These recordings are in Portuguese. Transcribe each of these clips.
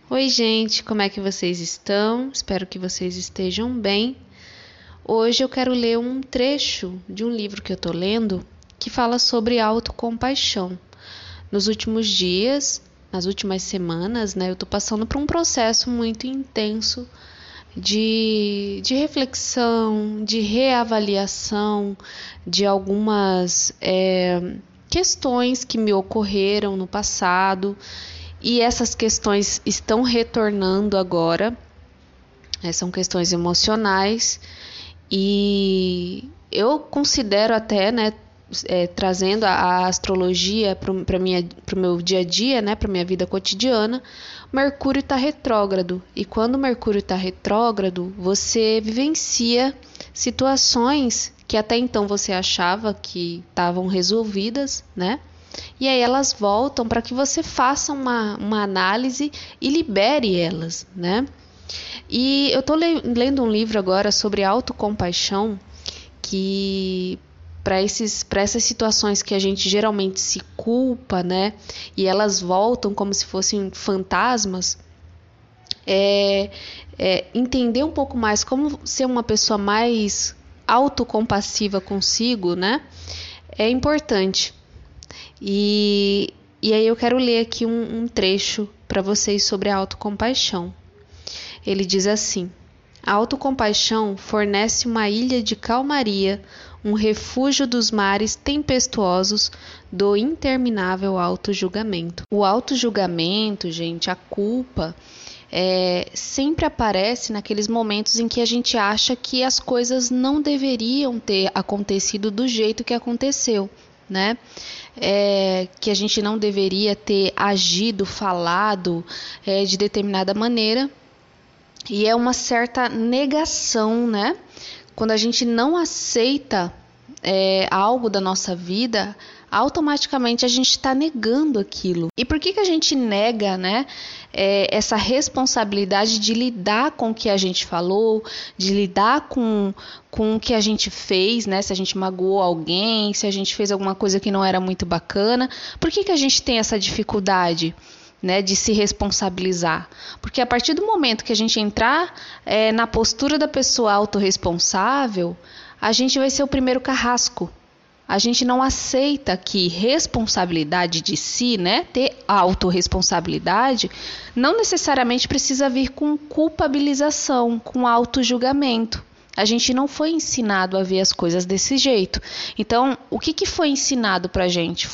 Oi, gente, como é que vocês estão? Espero que vocês estejam bem. Hoje eu quero ler um trecho de um livro que eu tô lendo que fala sobre autocompaixão. Nos últimos dias, nas últimas semanas, né, eu tô passando por um processo muito intenso de reflexão, de reavaliação de algumas questões que me ocorreram no passado. E essas questões estão retornando agora, são questões emocionais, e eu considero até, né, trazendo a astrologia para o meu dia a dia, né, para minha vida cotidiana, Mercúrio está retrógrado, e quando Mercúrio está retrógrado, você vivencia situações que até então você achava que estavam resolvidas, né? E aí elas voltam para que você faça uma análise e libere elas, né? E eu estou lendo um livro agora sobre autocompaixão, que para essas situações que a gente geralmente se culpa, né? E elas voltam como se fossem fantasmas, entender um pouco mais como ser uma pessoa mais autocompassiva consigo, né? É importante. E aí eu quero ler aqui um trecho para vocês sobre a autocompaixão. Ele diz assim: a autocompaixão fornece uma ilha de calmaria, um refúgio dos mares tempestuosos do interminável autojulgamento. O autojulgamento, gente, a culpa, sempre aparece naqueles momentos em que a gente acha que as coisas não deveriam ter acontecido do jeito que aconteceu, né? Que a gente não deveria ter agido, falado de determinada maneira, e é uma certa negação, né? Quando a gente não aceita algo da nossa vida, automaticamente a gente está negando aquilo. E por que a gente nega, né? Essa responsabilidade de lidar com o que a gente falou, de lidar com o que a gente fez, né? Se a gente magoou alguém, se a gente fez alguma coisa que não era muito bacana. Por que a gente tem essa dificuldade, né, de se responsabilizar? Porque a partir do momento que a gente entrar na postura da pessoa autorresponsável, a gente vai ser o primeiro carrasco. A gente não aceita que responsabilidade de si, né, ter autorresponsabilidade, não necessariamente precisa vir com culpabilização, com autojulgamento. A gente não foi ensinado a ver as coisas desse jeito. Então, o que foi ensinado pra gente?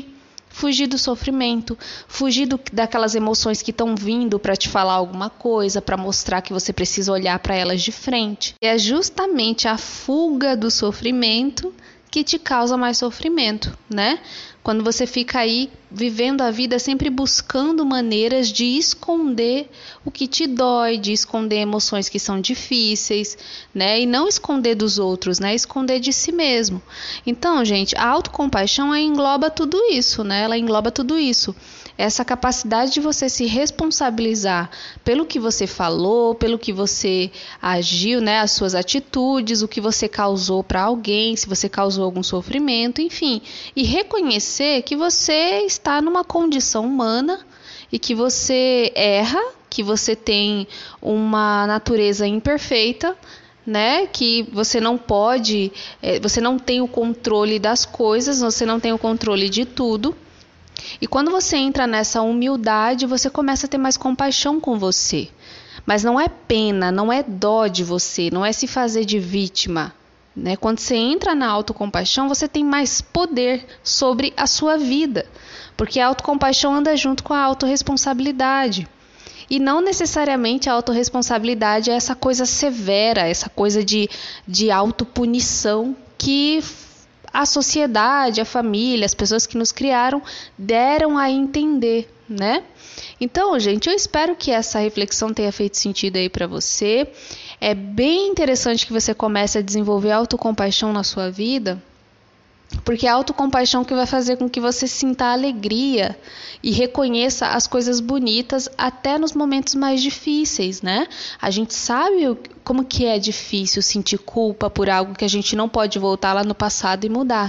Fugir do sofrimento, fugir daquelas emoções que estão vindo para te falar alguma coisa, para mostrar que você precisa olhar para elas de frente. É justamente a fuga do sofrimento que te causa mais sofrimento, né? Quando você fica aí vivendo a vida sempre buscando maneiras de esconder o que te dói, de esconder emoções que são difíceis, né? E não esconder dos outros, né? Esconder de si mesmo. Então, gente, a autocompaixão engloba tudo isso, né? Ela engloba tudo isso. Essa capacidade de você se responsabilizar pelo que você falou, pelo que você agiu, né, as suas atitudes, o que você causou para alguém, se você causou algum sofrimento, enfim, e reconhecer que você está numa condição humana e que você erra, que você tem uma natureza imperfeita, né, que você não pode, você não tem o controle das coisas, você não tem o controle de tudo. E quando você entra nessa humildade, você começa a ter mais compaixão com você. Mas não é pena, não é dó de você, não é se fazer de vítima, né? Quando você entra na autocompaixão, você tem mais poder sobre a sua vida. Porque a autocompaixão anda junto com a autorresponsabilidade. E não necessariamente a autorresponsabilidade é essa coisa severa, essa coisa de autopunição que a sociedade, a família, as pessoas que nos criaram deram a entender, né? Então, gente, eu espero que essa reflexão tenha feito sentido aí para você. É bem interessante que você comece a desenvolver autocompaixão na sua vida, porque é a autocompaixão que vai fazer com que você sinta alegria e reconheça as coisas bonitas até nos momentos mais difíceis, né? A gente sabe como que é difícil sentir culpa por algo que a gente não pode voltar lá no passado e mudar,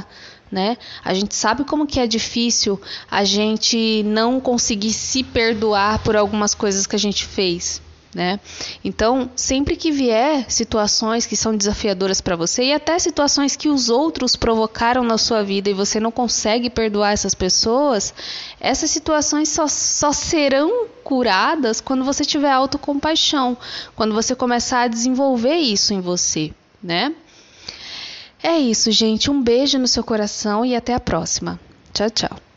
né? A gente sabe como que é difícil a gente não conseguir se perdoar por algumas coisas que a gente fez, né? Então, sempre que vier situações que são desafiadoras para você e até situações que os outros provocaram na sua vida e você não consegue perdoar essas pessoas, essas situações só serão curadas quando você tiver autocompaixão, quando você começar a desenvolver isso em você, né? É isso, gente. Um beijo no seu coração e até a próxima. Tchau, tchau.